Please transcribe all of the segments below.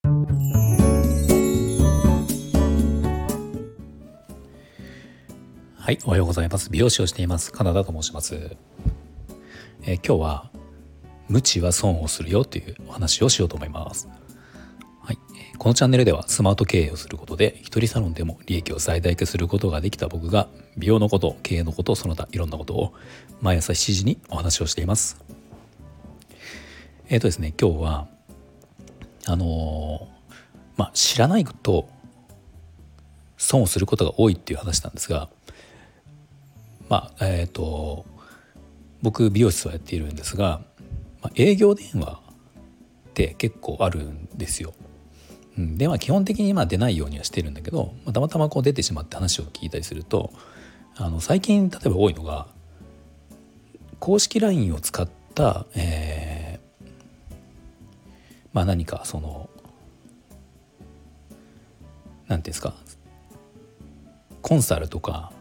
はい、おはようございます。美容師をしていますカナダと申します。今日は無知は損をするよというお話をしようと思います。はい、このチャンネルではスマート経営をすることで一人サロンでも利益を最大化することができた僕が美容のこと、経営のこと、その他いろんなことを毎朝7時にお話をしています。ですね、今日は知らないと損をすることが多いっていう話なんですが、僕美容室をやっているんですが、営業電話って結構あるんですよ。で基本的に出ないようにはしてるんだけど、たまたま出てしまって話を聞いたりすると、最近例えば多いのが公式 LINE を使った、何かそのなんていうんですか、コンサルとか、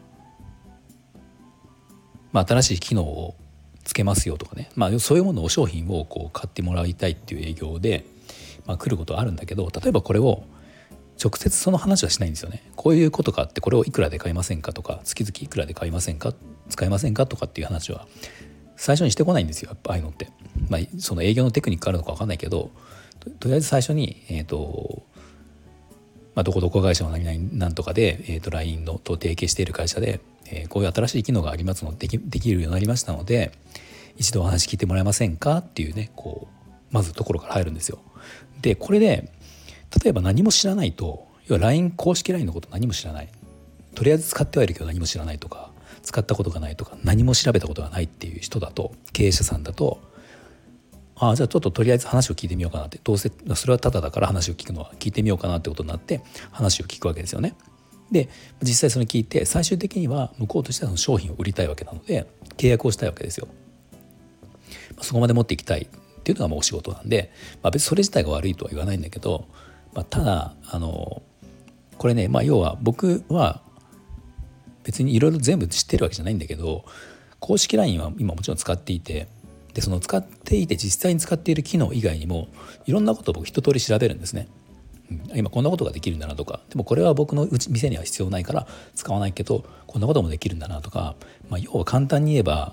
新しい機能をつけますよとかね、そういうものを商品を買ってもらいたいっていう営業で、来ることはあるんだけど、例えばこれを直接その話はしないんですよね。こういうことがあってこれをいくらで買いませんかとか、月々いくらで買いませんか、使いませんかとかっていう話は最初にしてこないんですよ。やっぱああいうのって、その営業のテクニックあるのか分かんないけど、とりあえず最初にどこどこ会社の何々なんとかで、LINE のと提携している会社で、こういう新しい機能がありますのでできるようになりましたので、一度お話聞いてもらえませんかっていうね、まずところから入るんですよ。でこれで例えば何も知らないと、要は LINE 公式 LINE のこと何も知らない、とりあえず使ってはいるけど何も知らないとか、使ったことがないとか、何も調べたことがないっていう人だと、経営者さんだと、じゃあちょっととりあえず話を聞いてみようかなって、どうせそれはタダだから話を聞くのは聞いてみようかなってことになって話を聞くわけですよね。で実際それ聞いて、最終的には向こうとしてはその商品を売りたいわけなので契約をしたいわけですよ。そこまで持っていきたいっていうのがお仕事なんで、別にそれ自体が悪いとは言わないんだけど、ただこれね、要は僕は別にいろいろ全部知ってるわけじゃないんだけど、公式 LINE は今もちろん使っていて、でその使っていて実際に使っている機能以外にもいろんなことを僕一通り調べるんですね。今こんなことができるんだなとか、でもこれは僕の店には必要ないから使わないけどこんなこともできるんだなとか、要は簡単に言えば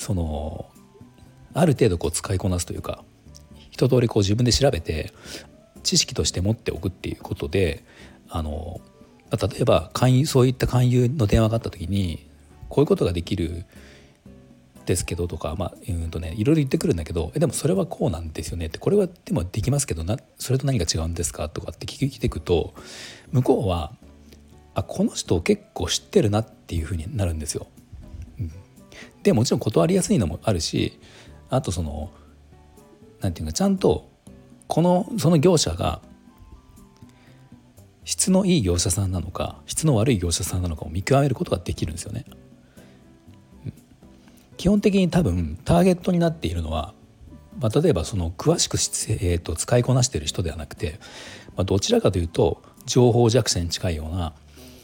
ある程度使いこなすというか、一通り自分で調べて知識として持っておくっていうことで、例えばそういった勧誘の電話があった時に、こういうことができるですけどとか、いろいろ言ってくるんだけど、でもそれはこうなんですよねって、これはでもできますけどそれと何が違うんですかとかって聞いていくと、向こうはこの人を結構知ってるなっていうふうになるんですよ。でもちろん断りやすいのもあるし、あとなんていうか、ちゃんとその業者が質のいい業者さんなのか質の悪い業者さんなのかを見極めることができるんですよね。基本的に多分ターゲットになっているのは、例えば詳しく、使いこなしている人ではなくて、どちらかというと情報弱者に近いような、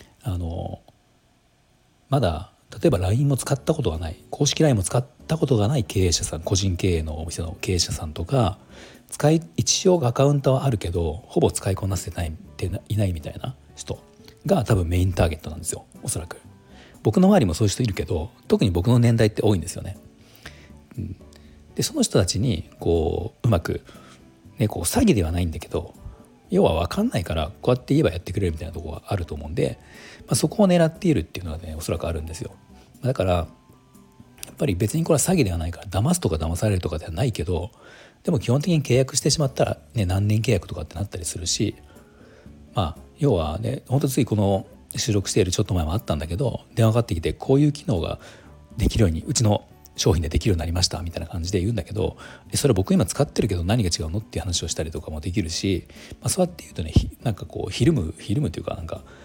まだ例えば LINE も使ったことがない、公式 LINE も使ったことがない経営者さん、個人経営のお店の経営者さんとか、一応アカウントはあるけどほぼ使いこなせていないみたいな人が多分メインターゲットなんですよ、おそらく。僕の周りもそういう人いるけど、特に僕の年代って多いんですよね。でその人たちにうまく、詐欺ではないんだけど、要は分かんないからこうやって言えばやってくれるみたいなところがあると思うんで、そこを狙っているっていうのがね、おそらくあるんですよ。だからやっぱり別にこれは詐欺ではないから、騙すとか騙されるとかではないけど、でも基本的に契約してしまったら、何年契約とかってなったりするし、要はね、本当ついこの収録しているちょっと前もあったんだけど、電話かかってきて、こういう機能ができるようにうちの商品でできるようになりましたみたいな感じで言うんだけど、それ僕今使ってるけど何が違うのっていう話をしたりとかもできるし、そうやって言うとね、ひるむというか、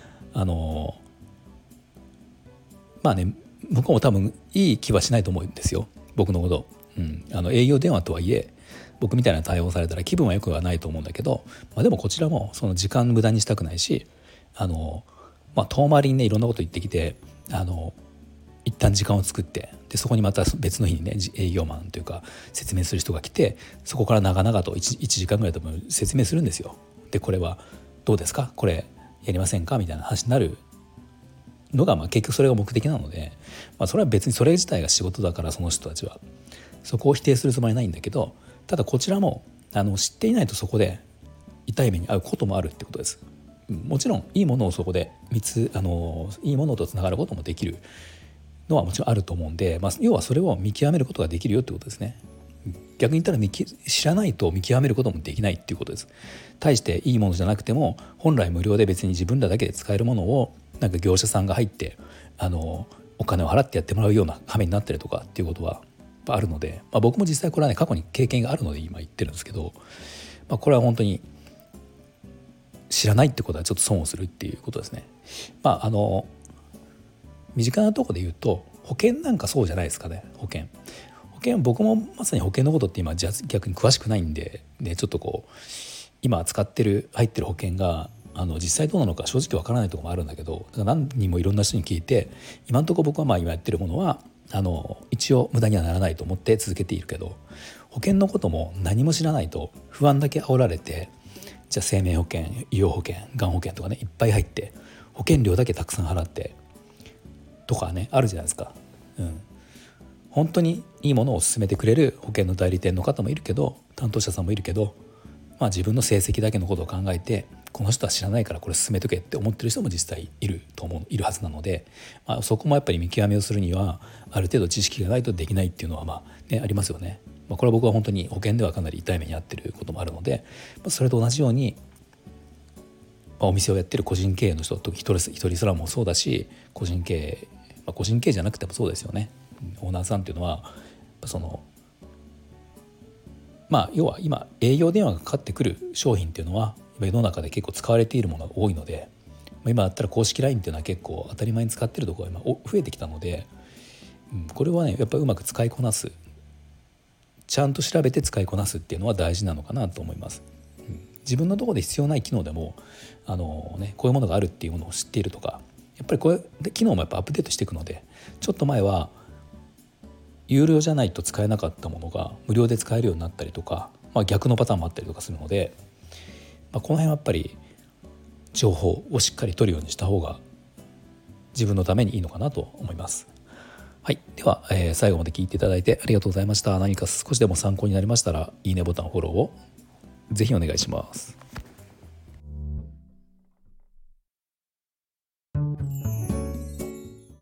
向こうも多分いい気はしないと思うんですよ、僕のこと。営業電話とはいえ僕みたいな対応されたら気分は良くはないと思うんだけど、でもこちらもその時間無駄にしたくないし、遠回りにねいろんなこと言ってきて、一旦時間を作って、でそこにまた別の日にね営業マンというか説明する人が来て、そこから長々と 1時間ぐらい多分説明するんですよ。 でこれはどうですか、これやりませんかみたいな話になるのが、結局それが目的なので、それは別にそれ自体が仕事だから、その人たちはそこを否定するつもりはないんだけど、ただこちらも知っていないとそこで痛い目に遭うこともあるってことです。もちろんいいものをそこでいいものとつながることもできるのはもちろんあると思うんで、要はそれを見極めることができるよってことですね。逆に言ったら知らないと見極めることもできないっていうことです。対していいものじゃなくても本来無料で別に自分らだけで使えるものをなんか業者さんが入ってお金を払ってやってもらうような羽目になってるとかっていうことはあるので、僕も実際これはね過去に経験があるので今言ってるんですけど、これは本当に知らないってことはちょっと損をするっていうことですね。身近なところで言うと保険なんかそうじゃないですかね。保険僕もまさに保険のことって今逆に詳しくないんで、ちょっと今入ってる保険が実際どうなのか正直わからないところもあるんだけど、だから何人もいろんな人に聞いて、今のところ僕は今やってるものは一応無駄にはならないと思って続けているけど、保険のことも何も知らないと不安だけ煽られて、じゃあ生命保険、医療保険、がん保険とかねいっぱい入って保険料だけたくさん払ってとかねあるじゃないですか。本当にいいものを勧めてくれる保険の代理店の方もいるけど、担当者さんもいるけど、自分の成績だけのことを考えてこの人は知らないからこれ勧めとけって思ってる人も実際いるはずなので、そこもやっぱり見極めをするにはある程度知識がないとできないっていうのはありますよね。これは僕は本当に保険ではかなり痛い目に遭ってることもあるので、それと同じように、お店をやってる個人経営の人と一人すらもそうだし、個人経営じゃなくてもそうですよね。オーナーさんっていうのは要は今営業電話がかかってくる商品っていうのは世の中で結構使われているものが多いので、今だったら公式 LINE っていうのは結構当たり前に使ってるところが今増えてきたので、これはねやっぱりうまく使いこなす、ちゃんと調べて使いこなすっていうのは大事なのかなと思います。自分のところで必要ない機能でもこういうものがあるっていうものを知っているとか、やっぱりこれ機能もやっぱアップデートしていくので、ちょっと前は有料じゃないと使えなかったものが無料で使えるようになったりとか、逆のパターンもあったりとかするので、この辺はやっぱり情報をしっかり取るようにした方が自分のためにいいのかなと思います。はい、では、最後まで聞いていただいてありがとうございました。何か少しでも参考になりましたらいいねボタン、フォローをぜひお願いします。